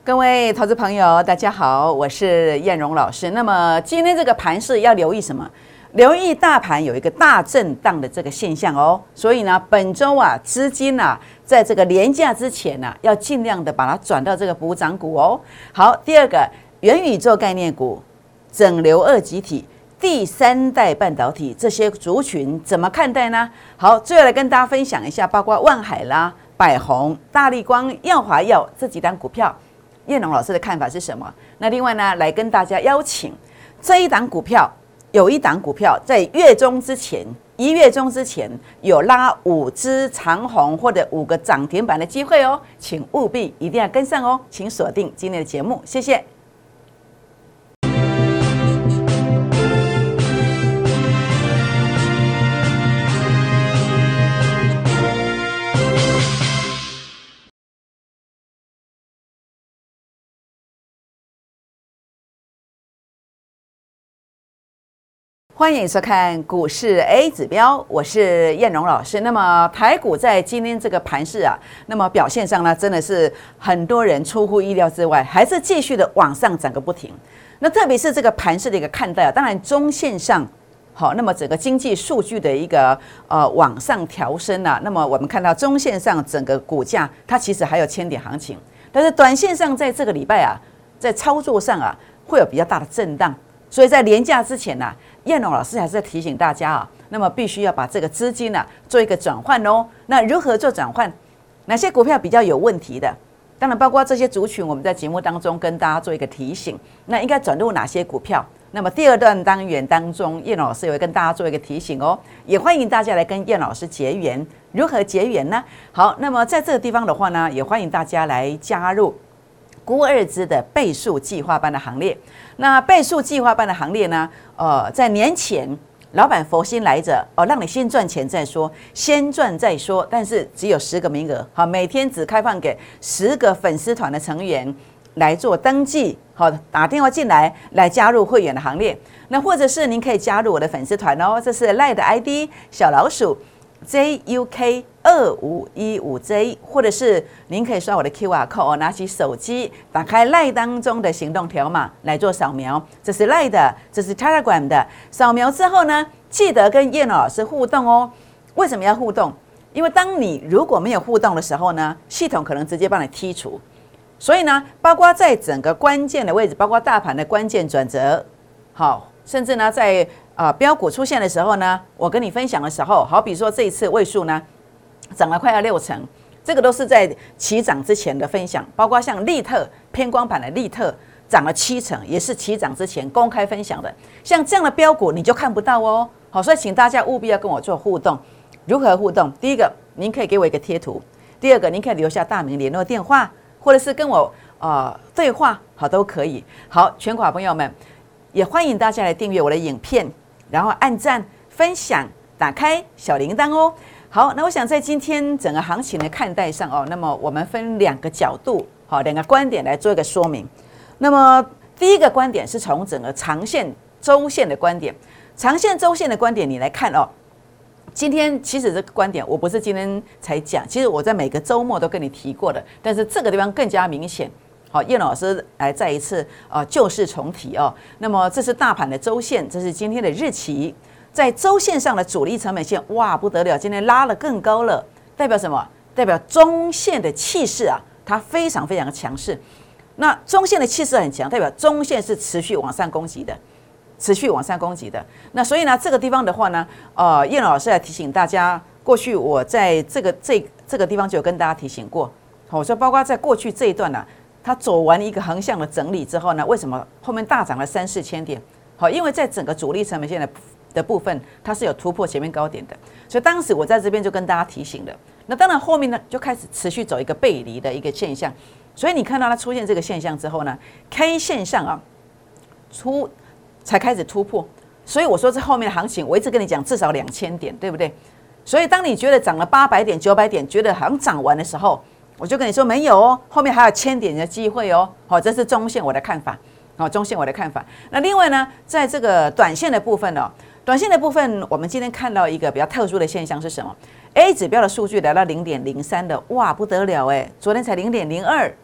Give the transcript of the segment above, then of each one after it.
各位投资朋友，大家好，我是燕荣老师。那么今天这个盘势要留意什么？留意大盘有一个大震荡的这个现象哦。所以呢，本周资金在这个连假之前要尽量的把它转到这个补涨股哦。好，第二个元宇宙概念股、整流二极体、第三代半导体这些族群怎么看待呢？好，最后来跟大家分享一下，包括万海啦、百宏、大立光、耀华药这几档股票。燕龙老师的看法是什么？那另外呢，来跟大家邀请这一档股票，有一档股票在1月中之前有拉5只长红或者5个涨停板的机会哦，请务必一定要跟上哦，请锁定今天的节目，谢谢。欢迎收看股市 A 指标，我是燕荣老师。那么台股在今天这个盘势那么表现上呢，真的是很多人出乎意料之外，还是继续的往上涨个不停。那特别是这个盘势的一个看待当然中线上好，那么整个经济数据的一个往上调升那么我们看到中线上整个股价它其实还有千点行情，但是短线上在这个礼拜在操作上会有比较大的震荡。所以在连假之前燕龙老师还是在提醒大家那么必须要把这个资金做一个转换哦。那如何做转换？哪些股票比较有问题的？当然包括这些族群，我们在节目当中跟大家做一个提醒。那应该转入哪些股票？那么第二段单元当中，燕龙老师也会跟大家做一个提醒哦。也欢迎大家来跟燕老师结缘。如何结缘呢？好，那么在这个地方的话呢，也欢迎大家来加入估二支的倍数计划班的行列。那倍数计划班的行列呢？在年前，老板佛心来着让你先赚钱再说，先赚再说。但是只有10个名额，好，每天只开放给10个粉丝团的成员来做登记，好，打电话进来加入会员的行列。那或者是您可以加入我的粉丝团哦，这是 LINE 的 ID 小老鼠JUK2515J， 或者是您可以刷我的 QR code拿起手机打开 LINE 当中的行动条码来做扫描，这是 LINE 的，这是 Telegram 的。扫描之后呢，记得跟燕老师互动哦。为什么要互动？因为当你如果没有互动的时候呢，系统可能直接帮你剔除。所以呢，包括在整个关键的位置，包括大盘的关键转折，好，甚至呢在标股出现的时候呢，我跟你分享的时候，好比说这一次位数呢涨了快要6成，这个都是在起涨之前的分享，包括像利特偏光盘的利特涨了7成，也是起涨之前公开分享的。像这样的标股你就看不到哦。好，所以请大家务必要跟我做互动。如何互动？第一个，您可以给我一个贴图；第二个，您可以留下大名、联络电话，或者是跟我对话，好，都可以。好，全国好朋友们，也欢迎大家来订阅我的影片，然后按赞、分享、打开小铃铛哦。好，那我想在今天整个行情的看待上那么我们分2个角度，好，2个观点来做一个说明。那么第一个观点是从整个长线、周线的观点，长线、周线的观点你来看今天其实这个观点我不是今天才讲，其实我在每个周末都跟你提过的，但是这个地方更加明显。好，燕老师来再一次旧事重提那么这是大盘的周线，这是今天的日期。在周线上的主力成本线，哇，不得了，今天拉了更高了，代表什么？代表中线的气势它非常非常的强势。那中线的气势很强，代表中线是持续往上攻击的，持续往上攻击的。那所以呢，这个地方的话呢，燕老师来提醒大家，过去我在这个地方就有跟大家提醒过，我说包括在过去这一段它走完一个横向的整理之后呢，为什么后面大涨了3-4千点？好，因为在整个主力成本线的部分，它是有突破前面高点的，所以当时我在这边就跟大家提醒了。那当然后面呢就开始持续走一个背离的一个现象，所以你看到它出现这个现象之后呢 ，K 线上才开始突破，所以我说这后面的行情，我一直跟你讲至少2000点，对不对？所以当你觉得涨了800点、900点，觉得好像涨完的时候，我就跟你说没有后面还有1000点的机会好，这是中线我的看法。好，中线我的看法。那另外呢，在这个短线的部分短线的部分，我们今天看到一个比较特殊的现象是什么 ？A 指标的数据来到0.03的，哇，不得了昨天才0.02，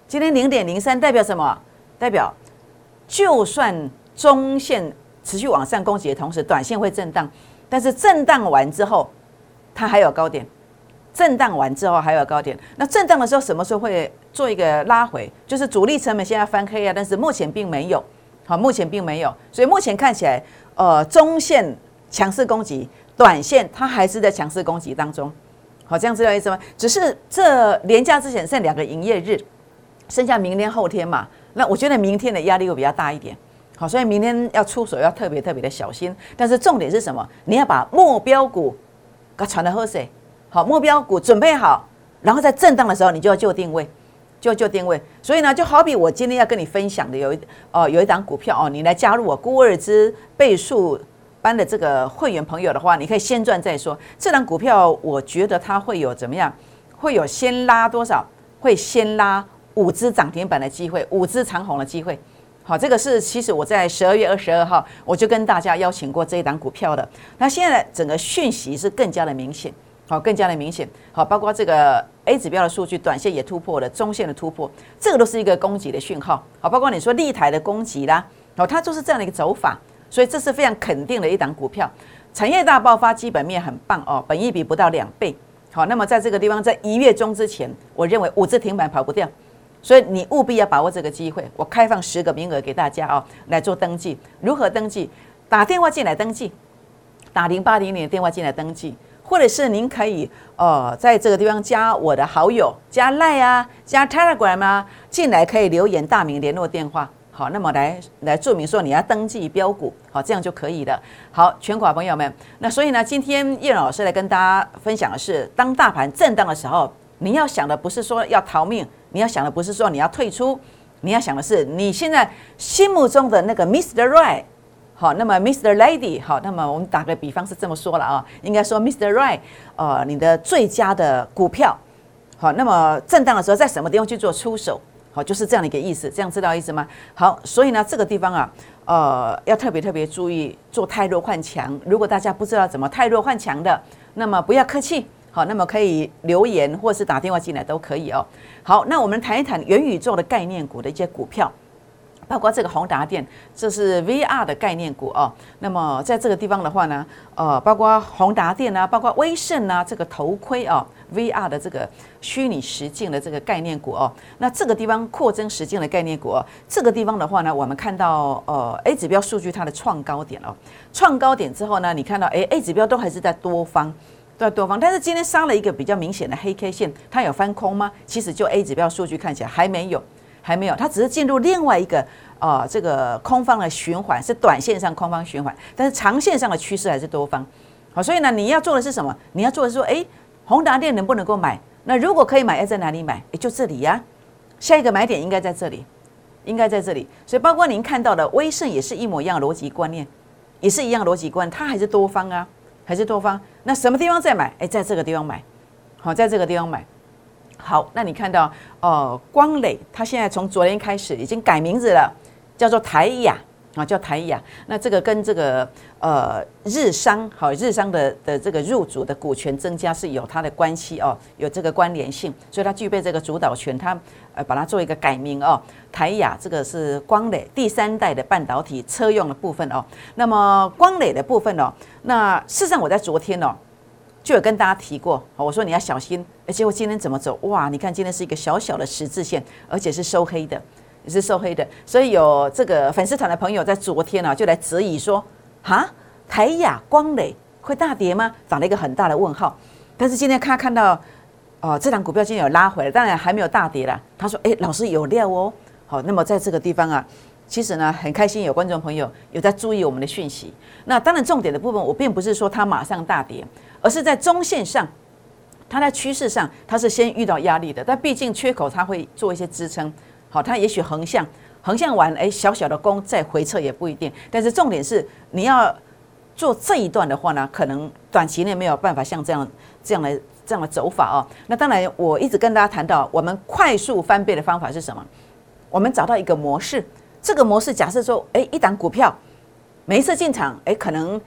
今天0.03代表什么？代表就算中线持续往上攻击的同时，短线会震荡，但是震荡完之后，它还有高点。震荡完之后还有高点，那震荡的时候什么时候会做一个拉回？就是主力成本现在翻黑啊，但是目前并没有，好，目前并没有，所以目前看起来，中线强势攻击，短线它还是在强势攻击当中，好，这样知道意思吗？只是这连假之前剩2个营业日，剩下明天后天嘛，那我觉得明天的压力会比较大一点，好，所以明天要出手要特别的小心。但是重点是什么？你要把目标股给它传得好势。好，目标股准备好，然后在震荡的时候，你就要就定位，就定位。所以呢，就好比我今天要跟你分享的有一档股票哦，你来加入我孤二支倍数班的这个会员朋友的话，你可以先赚再说。这档股票我觉得它会有怎么样？会有先拉多少？会先拉5只涨停板的机会，5只长红的机会。好，这个是其实我在12月22号我就跟大家邀请过这一档股票的。那现在整个讯息是更加的明显。好，更加的明显。好，包括这个 A 指标的数据，短线也突破了，中线的突破，这个都是一个攻击的讯号。好，包括你说立台的攻击啦，好，它就是这样的一个走法，所以这是非常肯定的一档股票。产业大爆发，基本面很棒哦，本益比不到2倍。好，那么在这个地方，在1月中之前，我认为5只停板跑不掉，所以你务必要把握这个机会。我开放10个名额给大家哦，来做登记。如何登记？打电话进来登记，打0800的电话进来登记。或者是您可以在这个地方加我的好友，加 Line 啊，加 Telegram 啊，进来可以留言大名联络电话。好，那么来注明说你要登记标股，好，这样就可以了。好，全国朋友们，那所以呢，今天叶老师来跟大家分享的是，当大盘震荡的时候，你要想的不是说要逃命，你要想的不是说你要退出，你要想的是你现在心目中的那个 Mr. Right。好，那么 Mr. Lady， 好，那么我们打个比方是这么说了啊，应该说 Mr. Right， 你的最佳的股票，好，那么震荡的时候在什么地方去做出手，好，就是这样的一个意思，这样知道意思吗？好，所以呢，这个地方啊，要特别注意做汰弱换强。如果大家不知道怎么汰弱换强的，那么不要客气，好，那么可以留言或是打电话进来都可以哦。好，那我们谈一谈元宇宙的概念股的一些股票。包括这个宏达电，这是 VR 的概念股哦。那么在这个地方的话呢，包括宏达电啊，包括威盛啊，这个头盔哦 ，VR 的这个虚拟实境的这个概念股哦。那这个地方扩增实境的概念股哦，这个地方的话呢，我们看到A 指标数据它的创高点哦，创高点之后呢，你看到A 指标都还是在多方。对多方，但是今天杀了一个比较明显的黑 K 线，它有翻空吗？其实就 A 指标数据看起来还没有。它只是进入另外一个这个空方的循环，是短线上空方循环，但是长线上的趋势还是多方。好，所以呢，你要做的是什么？你要做的是说，宏达电能不能够买？那如果可以买，要在哪里买？就这里呀。下一个买点应该在这里，应该在这里。所以包括您看到的威盛也是一模一样的逻辑观念，也是一样的逻辑观，它还是多方啊，还是多方。那什么地方再买？在这个地方买。好，在这个地方买。好，那你看到光磊，它现在从昨天开始已经改名字了，叫做台亚啊，叫台亚。那这个跟这个日商日商的这个入主的股权增加是有它的关系哦，有这个关联性，所以它具备这个主导权，它把它做一个改名哦，台亚这个是光磊第3代的半导体车用的部分哦。那么光磊的部分哦，那事实上我在昨天哦。就有跟大家提过，我说你要小心，结果今天怎么走？哇，你看今天是一个小小的十字线，而且是收黑的，也是收黑的。所以有这个粉丝团的朋友在昨天就来质疑说，台亚光磊会大跌吗？打了一个很大的问号。但是今天看到这档股票今天有拉回来，当然还没有大跌啦。他说，老师有料哦。好，那么在这个地方其实呢，很开心有观众朋友有在注意我们的讯息。那当然重点的部分，我并不是说它马上大跌，而是在中线上，它在趋势上它是先遇到压力的，但毕竟缺口它会做一些支撑。好，它也许横向完，小小的攻再回撤也不一定。但是重点是你要做这一段的话呢，可能短期内没有办法像这样的走法哦。那当然，我一直跟大家谈到，我们快速翻倍的方法是什么？我们找到一个模式。这个模式假设说，一档股票每一次进场，可能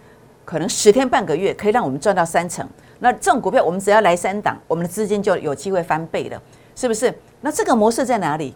10天半个月可以让我们赚到3成。那这种股票我们只要来3档，我们的资金就有机会翻倍了，是不是？那这个模式在哪里？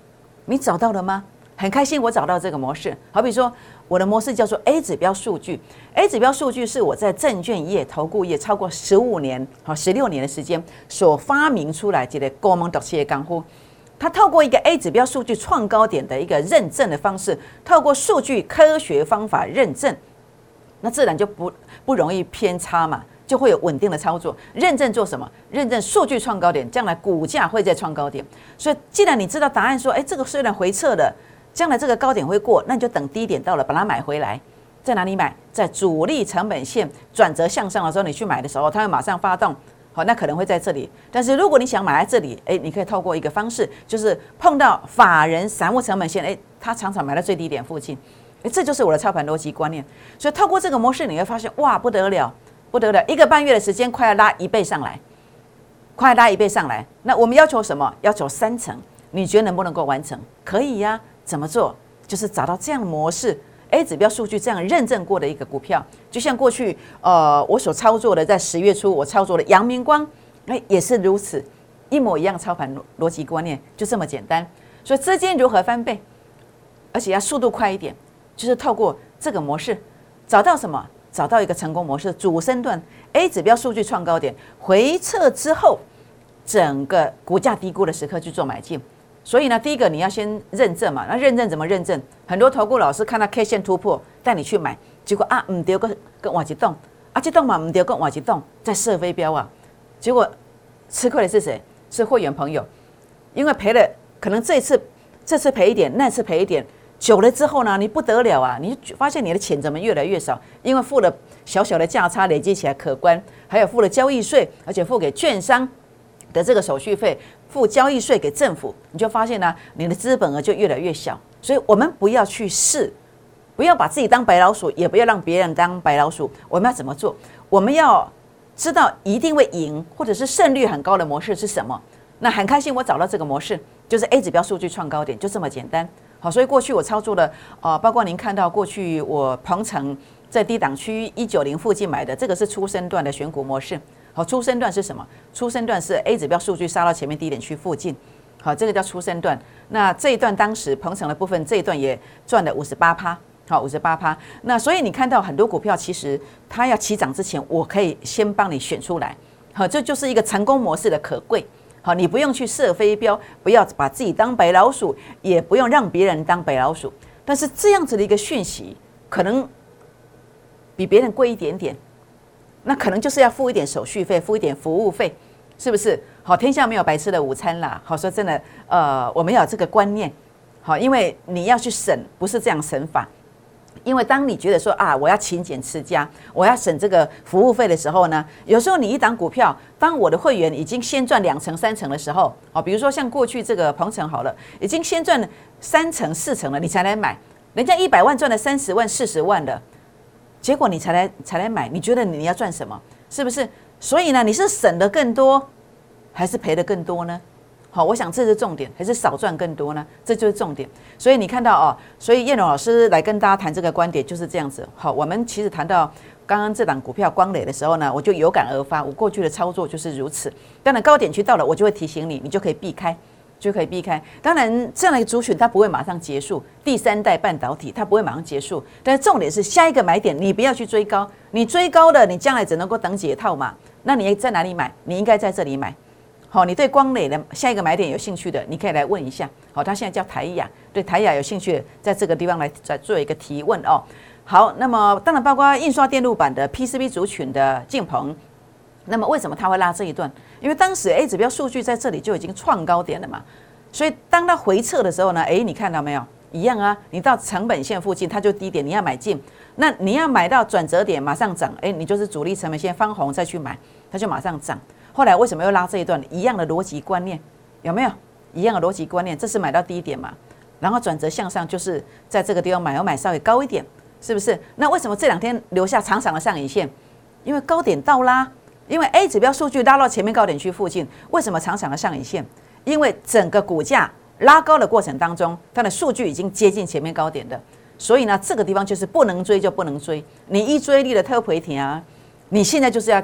你找到了吗？很开心，我找到这个模式。好比说，我的模式叫做 A 指标数据。A 指标数据是我在证券业、投顾业超过15年、16年的时间所发明出来的高门独企业功夫。它透过一个 A 指标数据创高点的一个认证的方式，透过数据科学方法认证，那自然就不容易偏差嘛。就会有稳定的操作。认证做什么？认证数据创高点，将来股价会再创高点。所以，既然你知道答案说，这个虽然回撤了，将来这个高点会过，那你就等低点到了，把它买回来。在哪里买？在主力成本线转折向上的时候，你去买的时候，它会马上发动。好，那可能会在这里。但是如果你想买在这里，你可以透过一个方式，就是碰到法人散户成本线，它常常买在最低点附近。这就是我的操盘逻辑观念。所以透过这个模式，你会发现，哇，不得了！不得了，1个半月的时间，快要拉1倍上来，快要拉1倍上来。那我们要求什么？要求3成。你觉得能不能够完成？可以呀。怎么做？就是找到这样的模式 ，A 指标数据这样认证过的一个股票，就像过去我所操作的，在10月初我操作的阳明光，也是如此，一模一样操盘逻辑观念，就这么简单。所以资金如何翻倍，而且要速度快一点，就是透过这个模式找到什么？找到一个成功模式，主升段 A 指标数据创高点回撤之后，整个股价低估的时刻去做买进。所以呢，第一个你要先认证嘛。那认证怎么认证？很多投顾老师看到 K 线突破，带你去买，结果唔对个跟往一动，这动嘛唔对跟往一动，再射飞镖啊，结果吃亏的是谁？是会员朋友，因为赔了，可能这次赔一点，那次赔一点。久了之后呢，你不得了啊！你发现你的钱怎么越来越少？因为付了小小的价差累积起来可观，还有付了交易税，而且付给券商的这个手续费，付交易税给政府，你就发现呢，你的资本额就越来越小。所以我们不要去试，不要把自己当白老鼠，也不要让别人当白老鼠。我们要怎么做？我们要知道一定会赢，或者是胜率很高的模式是什么？那很开心，我找到这个模式，就是 A 指标数据创高点，就这么简单。好，所以过去我操作的，包括您看到过去我鹏程在低档区190附近买的，这个是初升段的选股模式。好，初升段是什么？初升段是 A 指标数据杀到前面低点区附近。好，这个叫初升段。那这一段当时鹏程的部分，这一段也赚了58%。好，58%。那所以你看到很多股票，其实它要起涨之前，我可以先帮你选出来。好，这就是一个成功模式的可贵。好，你不用去射飞镖，不要把自己当白老鼠，也不用让别人当白老鼠。但是这样子的一个讯息，可能比别人贵一点点，那可能就是要付一点手续费，付一点服务费，是不是？好，天下没有白吃的午餐啦。好，说真的，我们要有这个观念。好，因为你要去省，不是这样省法。因为当你觉得说我要勤俭持家，我要省这个服务费的时候呢，有时候你一档股票，当我的会员已经先赚2成3成的时候，比如说像过去这个鹏程好了，已经先赚3成4成了，你才来买，人家100万赚了30万40万的，结果你才来买，你觉得你要赚什么？是不是？所以呢，你是省的更多，还是赔的更多呢？好，我想这是重点，还是少赚更多呢？这就是重点。所以你看到所以燕蓉老师来跟大家谈这个观点就是这样子。好，我们其实谈到刚刚这档股票光磊的时候呢，我就有感而发，我过去的操作就是如此。当然高点区到了，我就会提醒你，你就可以避开，当然这样的一个族群它不会马上结束，第3代半导体它不会马上结束，但是重点是下一个买点，你不要去追高，你追高的，你将来只能够等解套嘛。那你在哪里买？你应该在这里买。好，你对光磊的下一个买点有兴趣的，你可以来问一下。好，他现在叫台亚，对台亚有兴趣的，在这个地方来再做一个提问哦。好，那么当然包括印刷电路板的 PCB 族群的晋鹏，那么为什么他会拉这一段？因为当时 A 指标数据在这里就已经创高点了嘛，所以当它回撤的时候呢，你看到没有？一样啊，你到成本线附近，它就低点，你要买进。那你要买到转折点马上涨，你就是主力成本线翻红再去买，它就马上涨。后来为什么又拉这一段？一样的逻辑观念，有没有？一样的逻辑观念，这是买到低点嘛，然后转折向上，就是在这个地方买，要买稍微高一点，是不是？那为什么这2天留下长长的上影线？因为高点到啦，因为 A 指标数据拉到前面高点区附近，为什么长长的上影线？因为整个股价拉高的过程当中，它的数据已经接近前面高点的，所以呢，这个地方就是不能追就不能追，你一追你的特赔停啊，你现在就是要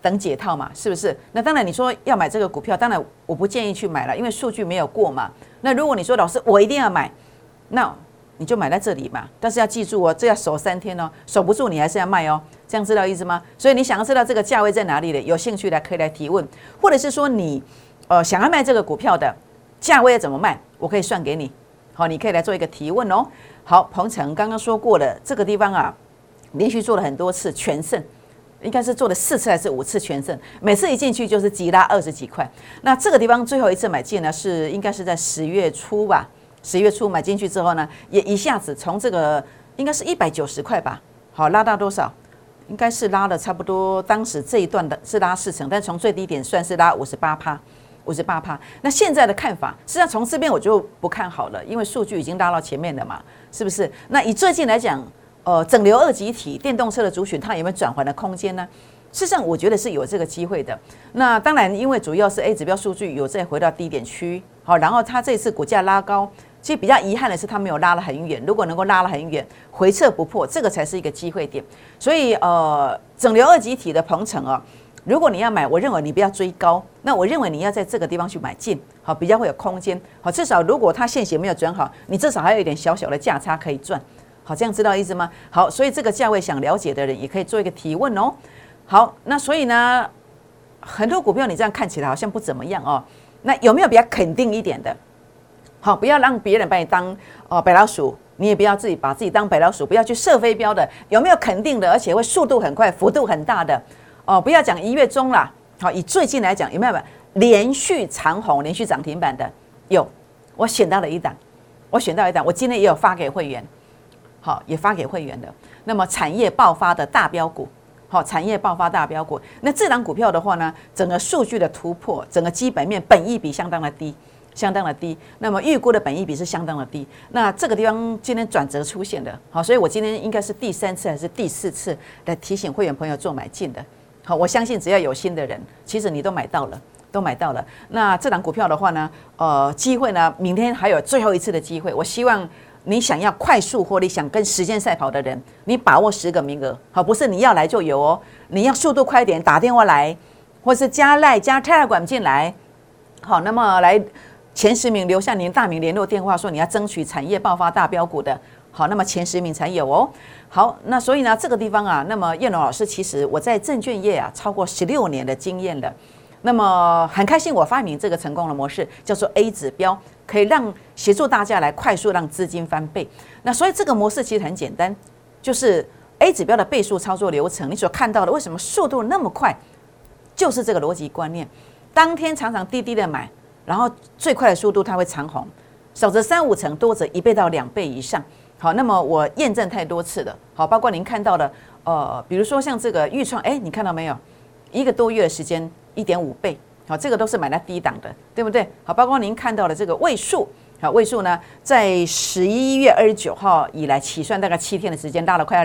等解套嘛，是不是？那当然你说要买这个股票，当然我不建议去买了，因为数据没有过嘛。那如果你说老师我一定要买，那你就买在这里嘛。但是要记住哦，这要守3天哦，守不住你还是要卖哦，这样知道意思吗？所以你想要知道这个价位在哪里的，有兴趣的可以来提问，或者是说你想要卖这个股票的价位要怎么卖，我可以算给你。好，你可以来做一个提问哦。好，鹏程刚刚说过了，这个地方啊，连续做了很多次全胜。应该是做了4次还是5次全胜，每次一进去就是急拉20几块。那这个地方最后一次买进呢，应该是在10月初吧，10月初买进去之后呢，也一下子从这个应该是190块吧，好拉到多少？应该是拉了差不多，当时这一段的是拉4成，但从最低点算是拉58%。那现在的看法，实际上从这边我就不看好了，因为数据已经拉到前面了嘛，是不是？那以最近来讲。整流2极体电动车的族群，它有没有转换的空间呢？事实上，我觉得是有这个机会的。那当然，因为主要是 A 指标数据有再回到低点区，好，然后它这次股价拉高，其实比较遗憾的是它没有拉得很远。如果能够拉得很远，回撤不破，这个才是一个机会点。所以整流2极体的鹏程哦，如果你要买，我认为你不要追高，那我认为你要在这个地方去买进，好，比较会有空间。好，至少如果它现行没有转好，你至少还有一点小小的价差可以赚。好，这样知道意思吗？好，所以这个价位想了解的人也可以做一个提问哦。好，那所以呢，很多股票你这样看起来好像不怎么样哦。那有没有比较肯定一点的？好，不要让别人把你当白老鼠，你也不要把自己当白老鼠，不要去射飞镖的。有没有肯定的，而且会速度很快、幅度很大的？不要讲1月中啦。好，以最近来讲，有没有连续长红、连续涨停板的？有，我选到了一档，我今天也有发给会员。好，也发给会员的。那么产业爆发的大标股，好，产业爆发大标股。那这档股票的话呢，整个数据的突破，整个基本面本益比相当的低。那么预估的本益比是相当的低。那这个地方今天转折出现的，好，所以我今天应该是第3次还是第4次来提醒会员朋友做买进的。好，我相信只要有心的人，其实你都买到了。那这档股票的话呢，机会呢，明天还有最后一次的机会。我希望。你想要快速获利，想跟时间赛跑的人，你把握10个名额，好，不是你要来就有哦，你要速度快一点，打电话来，或是加 LINE 加 Telegram 进来，好，那么来前10名留下您大名联络电话，说你要争取产业爆发大标股的，好，那么前10名才有哦。好，那所以呢，这个地方啊，那么燕龙老师其实我在证券业啊超过16年的经验了。那么很开心，我发明这个成功的模式，叫做 A 指标，可以协助大家来快速让资金翻倍。那所以这个模式其实很简单，就是 A 指标的倍数操作流程，你所看到的为什么速度那么快，就是这个逻辑观念。当天常常低低的买，然后最快的速度它会长红，少则3、5成，多则1倍到2倍以上。好，那么我验证太多次了。好，包括您看到的，比如说像这个豫创，你看到没有？1个多月的时间。1.5倍，好，这个都是买在低档的，对不对？好，包括您看到的这个位数，好，位数呢，在11月29号以来起算大概7天的时间，拉了快要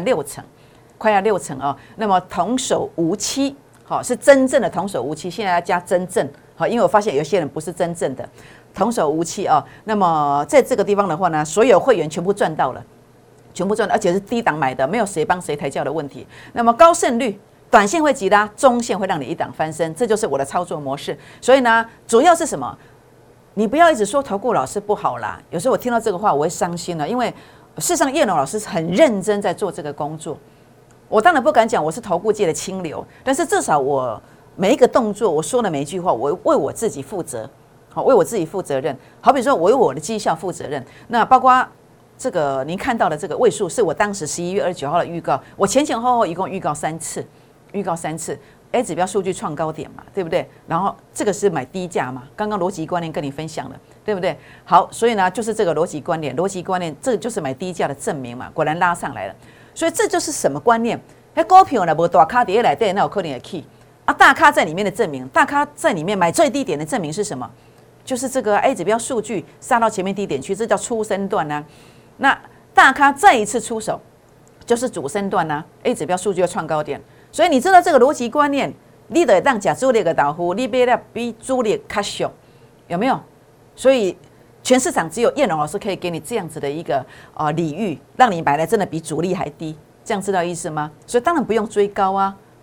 6成哦。那么童叟无欺，好，是真正的童叟无欺，现在要加真正，好，因为我发现有些人不是真正的童叟无欺哦。那么在这个地方的话呢，所有会员全部赚到了，而且是低档买的，没有谁帮谁抬轿的问题。那么高胜率。短线会急拉，中线会让你一档翻身，这就是我的操作模式。所以呢，主要是什么？你不要一直说投顾老师不好啦。有时候我听到这个话，我会伤心了，因为事实上叶龙老师很认真在做这个工作。我当然不敢讲我是投顾界的清流，但是至少我每一个动作，我说的每一句话，我为我自己负责，好，为我自己负责任。好比说，我为我的绩效负责任。那包括这个您看到的这个位数，是我当时11月29号的预告，我前后一共预告3次。A 指标数据创高点嘛，对不对？然后这个是买低价嘛，刚刚逻辑观念跟你分享了，对不对？好，所以呢，就是这个逻辑观念，这就是买低价的证明嘛，果然拉上来了。所以这就是什么观念？股票呢，无大咖在内底，那有可能会起啊，大咖在里面的证明，大咖在里面买最低点的证明是什么？就是这个 A 指标数据杀到前面低点去，这叫初升段啊。那大咖再一次出手，就是主升段啊 ，A 指标数据要创高点。所以你知道这个逻辑观念，你得让假主力的导呼，你别要比主力较小，有没有？所以全市场只有燕龙老师可以给你这样子的一个礼遇，让你买来真的比主力还低，这样知道意思吗？所以当然不用追高啊，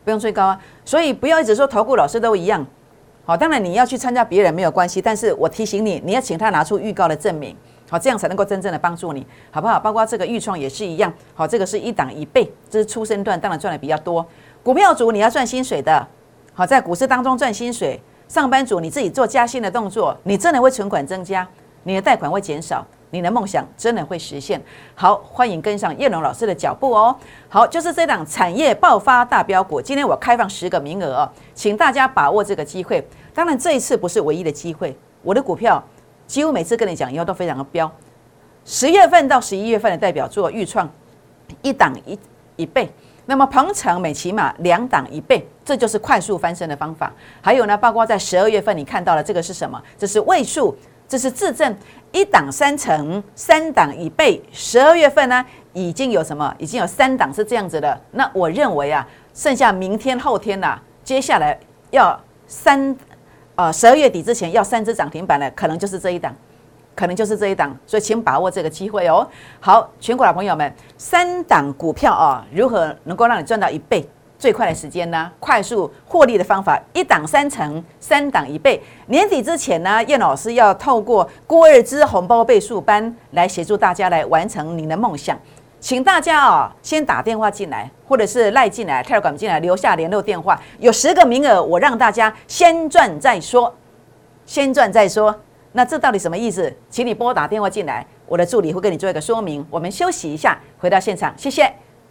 不用追高啊。所以不要一直说投顾老师都一样。好，当然你要去参加别人没有关系，但是我提醒你，你要请他拿出预告的证明，好，这样才能够真正的帮助你，好不好？包括这个预创也是一样，好，这个是一档1倍，这是初升段，当然赚的比较多。股票族你要赚薪水的，好，在股市当中赚薪水，上班族你自己做加薪的动作，你真的会存款增加，你的贷款会减少，你的梦想真的会实现。好，欢迎跟上叶龙老师的脚步哦。好，就是这档产业爆发大标股，今天我开放10个名额哦，请大家把握这个机会。当然这一次不是唯一的机会，我的股票几乎每次跟你讲以后都非常的标。10月份到11月份的代表作预创一档一倍，那么鹏程、美骑马2档1倍，这就是快速翻身的方法。还有呢，包括在12月份你看到了这个是什么？这是位数，这是自证1档3成，3档1倍。12月份呢已经有什么？已经有3档是这样子的。那我认为啊，剩下明天后天啦，接下来要12月底之前要3只涨停板的，可能就是这一档。可能就是这一档，所以请把握这个机会哦。好，全国老朋友们，3档股票啊，如何能够让你赚到1倍？最快的时间呢？快速获利的方法，1档3成，3档1倍。年底之前呢，叶老师要透过郭二支红包倍数班来协助大家来完成您的梦想。请大家啊，先打电话进来，或者是赖进来、Telegram 进来，留下联络电话，有10个名额，我让大家先赚再说，先赚再说。那这到底什么意思？请你拨打电话进来，我的助理会跟你做一个说明。我们休息一下，回到现场，谢谢。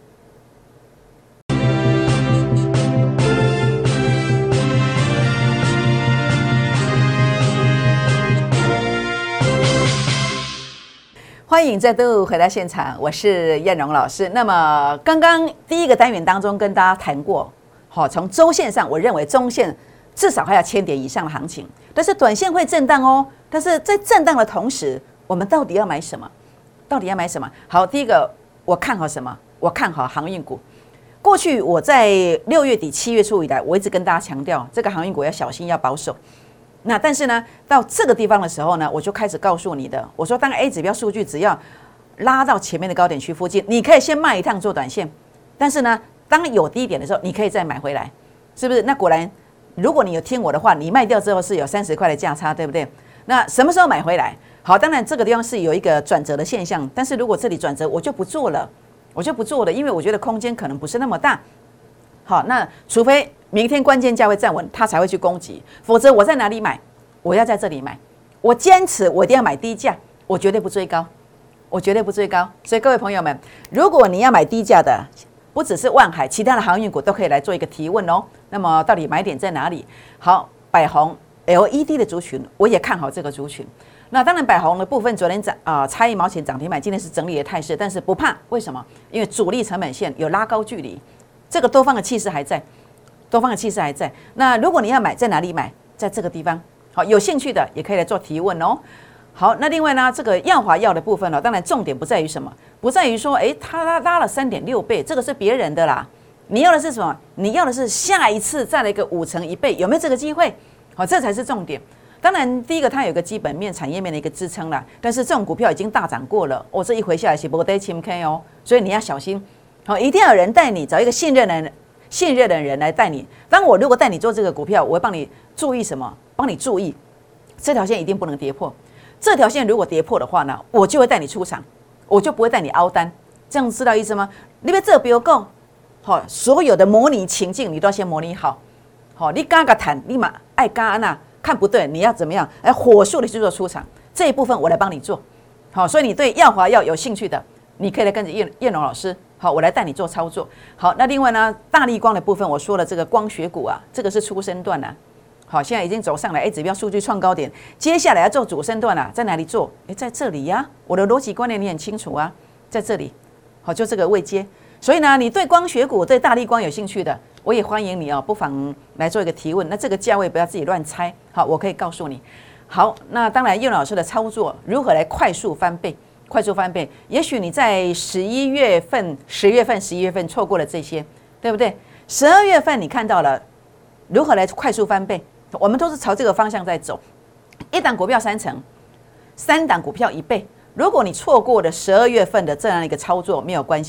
欢迎再度回到现场，我是燕蓉老师。那么刚刚第一个单元当中跟大家谈过，好，从周线上，我认为中线至少还要1000点以上的行情，但是短线会震荡哦。但是在震荡的同时，我们到底要买什么？到底要买什么？好，第一个我看好什么？我看好航运股。过去我在6月底、7月初以来，我一直跟大家强调，这个航运股要小心，要保守。那但是呢，到这个地方的时候呢，我就开始告诉你的，我说当 A 指标数据只要拉到前面的高点区附近，你可以先卖一趟做短线。但是呢，当有低点的时候，你可以再买回来，是不是？那果然，如果你有听我的话，你卖掉之后是有30块的价差，对不对？那什么时候买回来？好，当然这个地方是有一个转折的现象，但是如果这里转折，我就不做了，因为我觉得空间可能不是那么大。好，那除非明天关键价位站稳，它才会去攻击，否则我在哪里买？我要在这里买，我坚持我一定要买低价，我绝对不追高，所以各位朋友们，如果你要买低价的，不只是万海，其他的航运股都可以来做一个提问哦。那么到底买点在哪里？好，百宏 LED 的族群，我也看好这个族群。那当然，百宏的部分昨天差1毛钱涨停板，今天是整理的态势，但是不怕，为什么？因为主力成本线有拉高距离，这个多方的气势还在，那如果你要买，在哪里买？在这个地方。好，有兴趣的也可以来做提问哦。好，那另外呢，这个耀华药的部分呢，当然重点不在于什么，不在于说，它拉了3.6倍，这个是别人的啦。你要的是什么？你要的是下一次再来一个5成1倍，有没有这个机会？好，这才是重点。当然，第一个它有一个基本面、产业面的一个支撑啦，但是这种股票已经大涨过了，这一回下来是不得轻 K 哦，所以你要小心。好，一定要有人带你，找一个信任的人来带你。当我如果带你做这个股票，我会帮你注意什么？帮你注意这条线一定不能跌破。这条线如果跌破的话呢，我就会带你出场，我就不会带你凹单。这样知道意思吗？你别这不够，好，所有的模拟情境你都要先模拟好。好，你刚个谈，你嘛爱刚那看不对，你要怎么样？火速的去做出场，这一部分我来帮你做。好，所以你对耀华药有兴趣的，你可以来跟着燕龙老师。好，我来带你做操作。好，那另外呢，大立光的部分，我说了这个光学股啊，这个是初升段啊。好，现在已经走上来 ，A 指标数据创高点，接下来要做主升段了，在哪里做？在这里呀、我的逻辑观念你很清楚啊，在这里。好，就这个位阶。所以呢，你对光学股、对大立光有兴趣的，我也欢迎你哦，不妨来做一个提问。那这个价位不要自己乱猜，好，我可以告诉你。好，那当然，叶老师的操作如何来快速翻倍？也许你在11月份、10月份、11月份错过了这些，对不对？12月份你看到了如何来快速翻倍？我们都是朝这个方向在走，一档股票3成，3档股票1倍。如果你错过了12月份的这样一个操作，没有关系，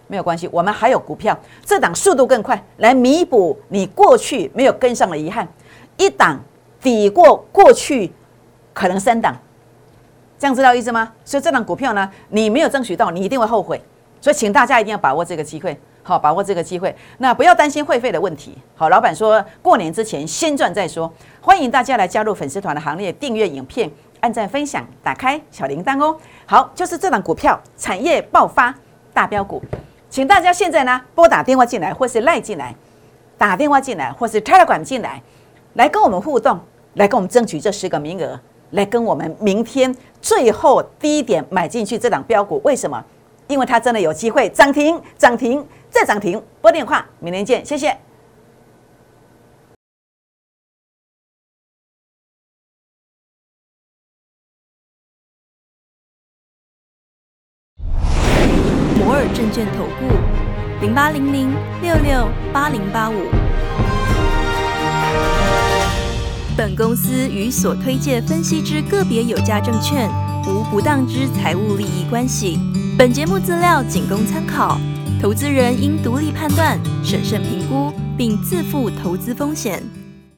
没有关系，我们还有股票，这档速度更快，来弥补你过去没有跟上的遗憾，一档抵过过去可能3档，这样知道意思吗？所以这档股票呢，你没有争取到，你一定会后悔，所以请大家一定要把握这个机会。好，把握这个机会，那不要担心会费的问题。好，老板说过年之前先赚再说，欢迎大家来加入粉丝团的行列，订阅影片，按赞分享，打开小铃铛哦。好，就是这档股票产业爆发大标股，请大家现在呢拨打电话进来，或是赖进来，打电话进来，或是 Telegram 进来，来跟我们互动，来跟我们争取这10个名额，来跟我们明天最后低点买进去这档标股。为什么？因为它真的有机会涨停，涨停再涨停。拨电话，明天见，谢谢。 摩尔证券投顾0800668085。本公司与所推介分析之个别有价证券无不当之财务利益关系。本节目资料仅供参考，投资人应独立判断、审慎评估，并自负投资风险。